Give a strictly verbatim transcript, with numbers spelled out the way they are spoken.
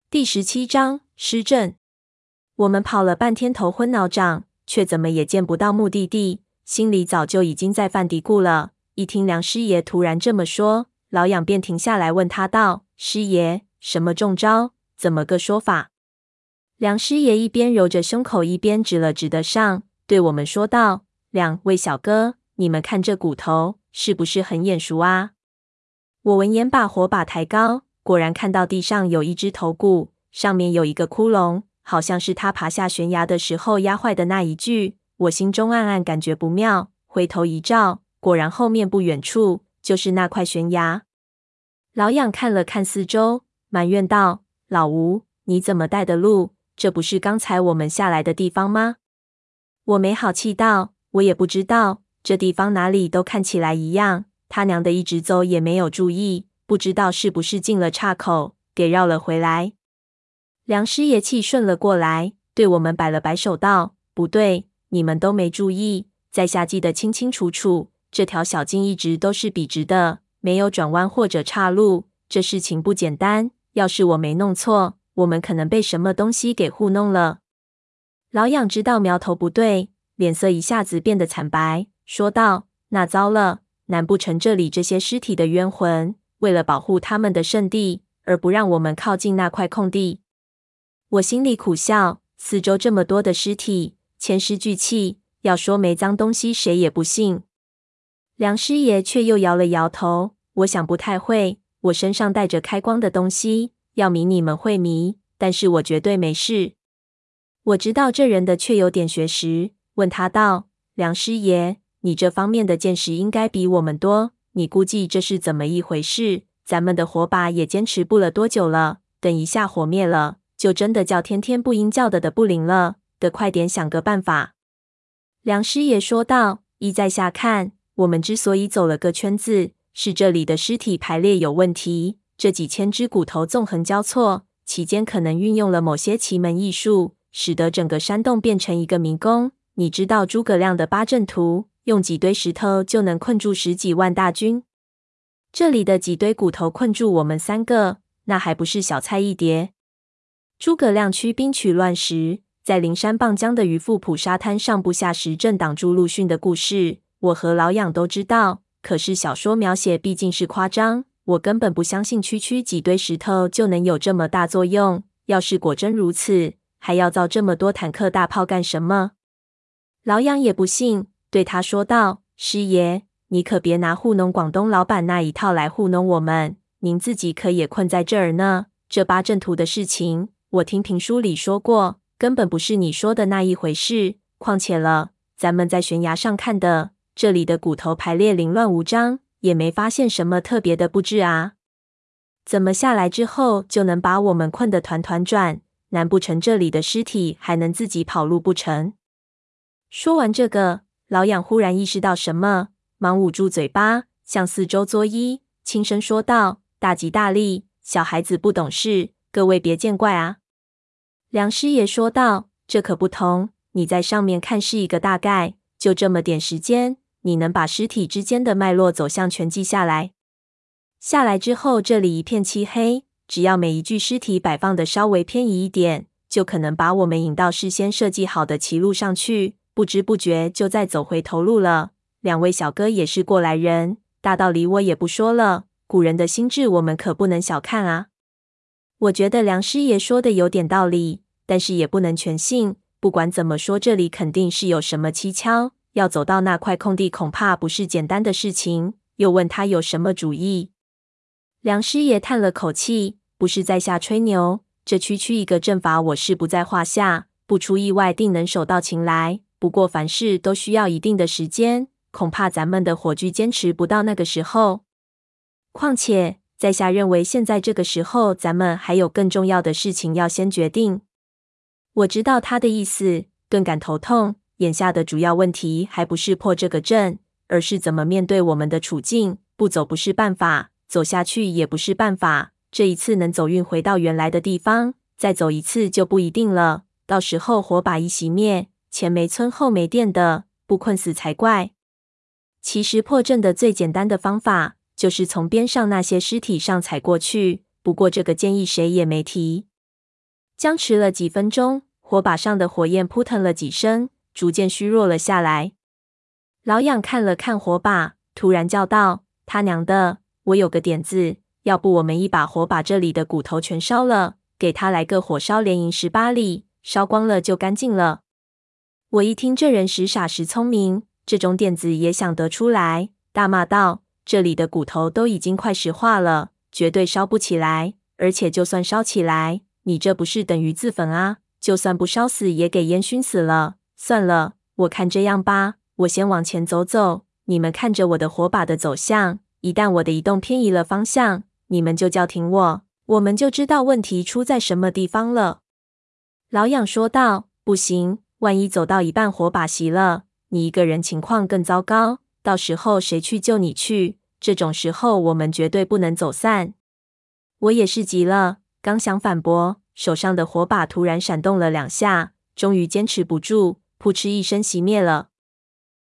第十七章失阵。我们跑了半天头昏脑胀，却怎么也见不到目的地，心里早就已经在犯嘀咕了。一听梁师爷突然这么说，老痒便停下来问他道：“师爷，什么中招？怎么个说法？”梁师爷一边揉着胸口，一边指了指得上，对我们说道：“两位小哥，你们看这骨头，是不是很眼熟啊？”我闻言把火把抬高，果然看到地上有一只头骨，上面有一个窟窿，好像是他爬下悬崖的时候压坏的那一具。我心中暗暗感觉不妙，回头一照，果然后面不远处就是那块悬崖。老痒看了看四周，埋怨道：“老吴，你怎么带的路？这不是刚才我们下来的地方吗？”我没好气道：“我也不知道，这地方哪里都看起来一样。他娘的一直走也没有注意，不知道是不是进了岔口，给绕了回来。”梁师爷气顺了过来，对我们摆了摆手道：“不对，你们都没注意，在下记得清清楚楚，这条小径一直都是笔直的，没有转弯或者岔路，这事情不简单，要是我没弄错，我们可能被什么东西给糊弄了。”老痒知道苗头不对，脸色一下子变得惨白，说道：“那糟了，难不成这里这些尸体的冤魂，为了保护他们的圣地，而不让我们靠近那块空地？”我心里苦笑，四周这么多的尸体，千尸俱气，要说没脏东西，谁也不信。梁师爷却又摇了摇头，我想不太会，我身上带着开光的东西，要迷你们会迷，但是我绝对没事。我知道这人的确有点学识，问他道：“梁师爷，你这方面的见识应该比我们多，你估计这是怎么一回事？咱们的火把也坚持不了多久了，等一下火灭了，就真的叫天天不应叫的的不灵了，得快点想个办法。”梁师爷说道：“依在下看，我们之所以走了个圈子，是这里的尸体排列有问题，这几千只骨头纵横交错，其间可能运用了某些奇门异术，使得整个山洞变成一个迷宫。你知道诸葛亮的八阵图，用几堆石头就能困住十几万大军。这里的几堆骨头困住我们三个，那还不是小菜一碟。诸葛亮驱兵取乱时，在灵山傍江的渔父浦沙滩上布下石阵挡住陆逊的故事，我和老痒都知道。可是小说描写毕竟是夸张，我根本不相信区区几堆石头就能有这么大作用。要是果真如此，还要造这么多坦克大炮干什么？老痒也不信，对他说道：“师爷，你可别拿糊弄广东老板那一套来糊弄我们，您自己可也困在这儿呢。这八阵图的事情，我听评书里说过，根本不是你说的那一回事。况且了，咱们在悬崖上看的，这里的骨头排列凌乱无章，也没发现什么特别的布置啊。怎么下来之后就能把我们困得团团转？难不成这里的尸体还能自己跑路不成？”说完这个，老痒忽然意识到什么，忙捂住嘴巴，向四周作揖，轻声说道：“大吉大利，小孩子不懂事，各位别见怪啊。”梁师爷说道：“这可不同，你在上面看是一个大概，就这么点时间，你能把尸体之间的脉络走向全记下来。下来之后，这里一片漆黑，只要每一具尸体摆放的稍微偏移一点，就可能把我们引到事先设计好的歧路上去，不知不觉就再走回头路了。两位小哥也是过来人，大道理我也不说了，古人的心智我们可不能小看啊。”我觉得梁师爷说的有点道理，但是也不能全信。不管怎么说，这里肯定是有什么蹊跷，要走到那块空地恐怕不是简单的事情。又问他有什么主意。梁师爷叹了口气，不是在下吹牛，这区区一个阵法我是不在话下，不出意外定能手到擒来。不过凡事都需要一定的时间，恐怕咱们的火炬坚持不到那个时候。况且在下认为现在这个时候，咱们还有更重要的事情要先决定。我知道他的意思，顿感头痛。眼下的主要问题还不是破这个阵，而是怎么面对我们的处境。不走不是办法，走下去也不是办法。这一次能走运回到原来的地方，再走一次就不一定了。到时候火把一熄灭，前没村后没店的，不困死才怪。其实破阵的最简单的方法，就是从边上那些尸体上踩过去，不过这个建议谁也没提。 僵持了几分钟，火把上的火焰扑腾了几声，逐渐虚弱了下来。老痒看了看火把，突然叫道：“他娘的，我有个点子，要不我们一把火把这里的骨头全烧了，给他来个火烧连营十八里，烧光了就干净了。”我一听这人时傻时聪明，这种点子也想得出来，大骂道：“这里的骨头都已经快石化了，绝对烧不起来，而且就算烧起来，你这不是等于自焚啊？就算不烧死，也给烟熏死了。算了，我看这样吧，我先往前走走，你们看着我的火把的走向，一旦我的移动偏移了方向，你们就叫停我，我们就知道问题出在什么地方了。”老痒说道：“不行，万一走到一半火把熄了，你一个人情况更糟糕，到时候谁去救你去？这种时候我们绝对不能走散。”我也是急了，刚想反驳，手上的火把突然闪动了两下，终于坚持不住，扑哧一声熄灭了。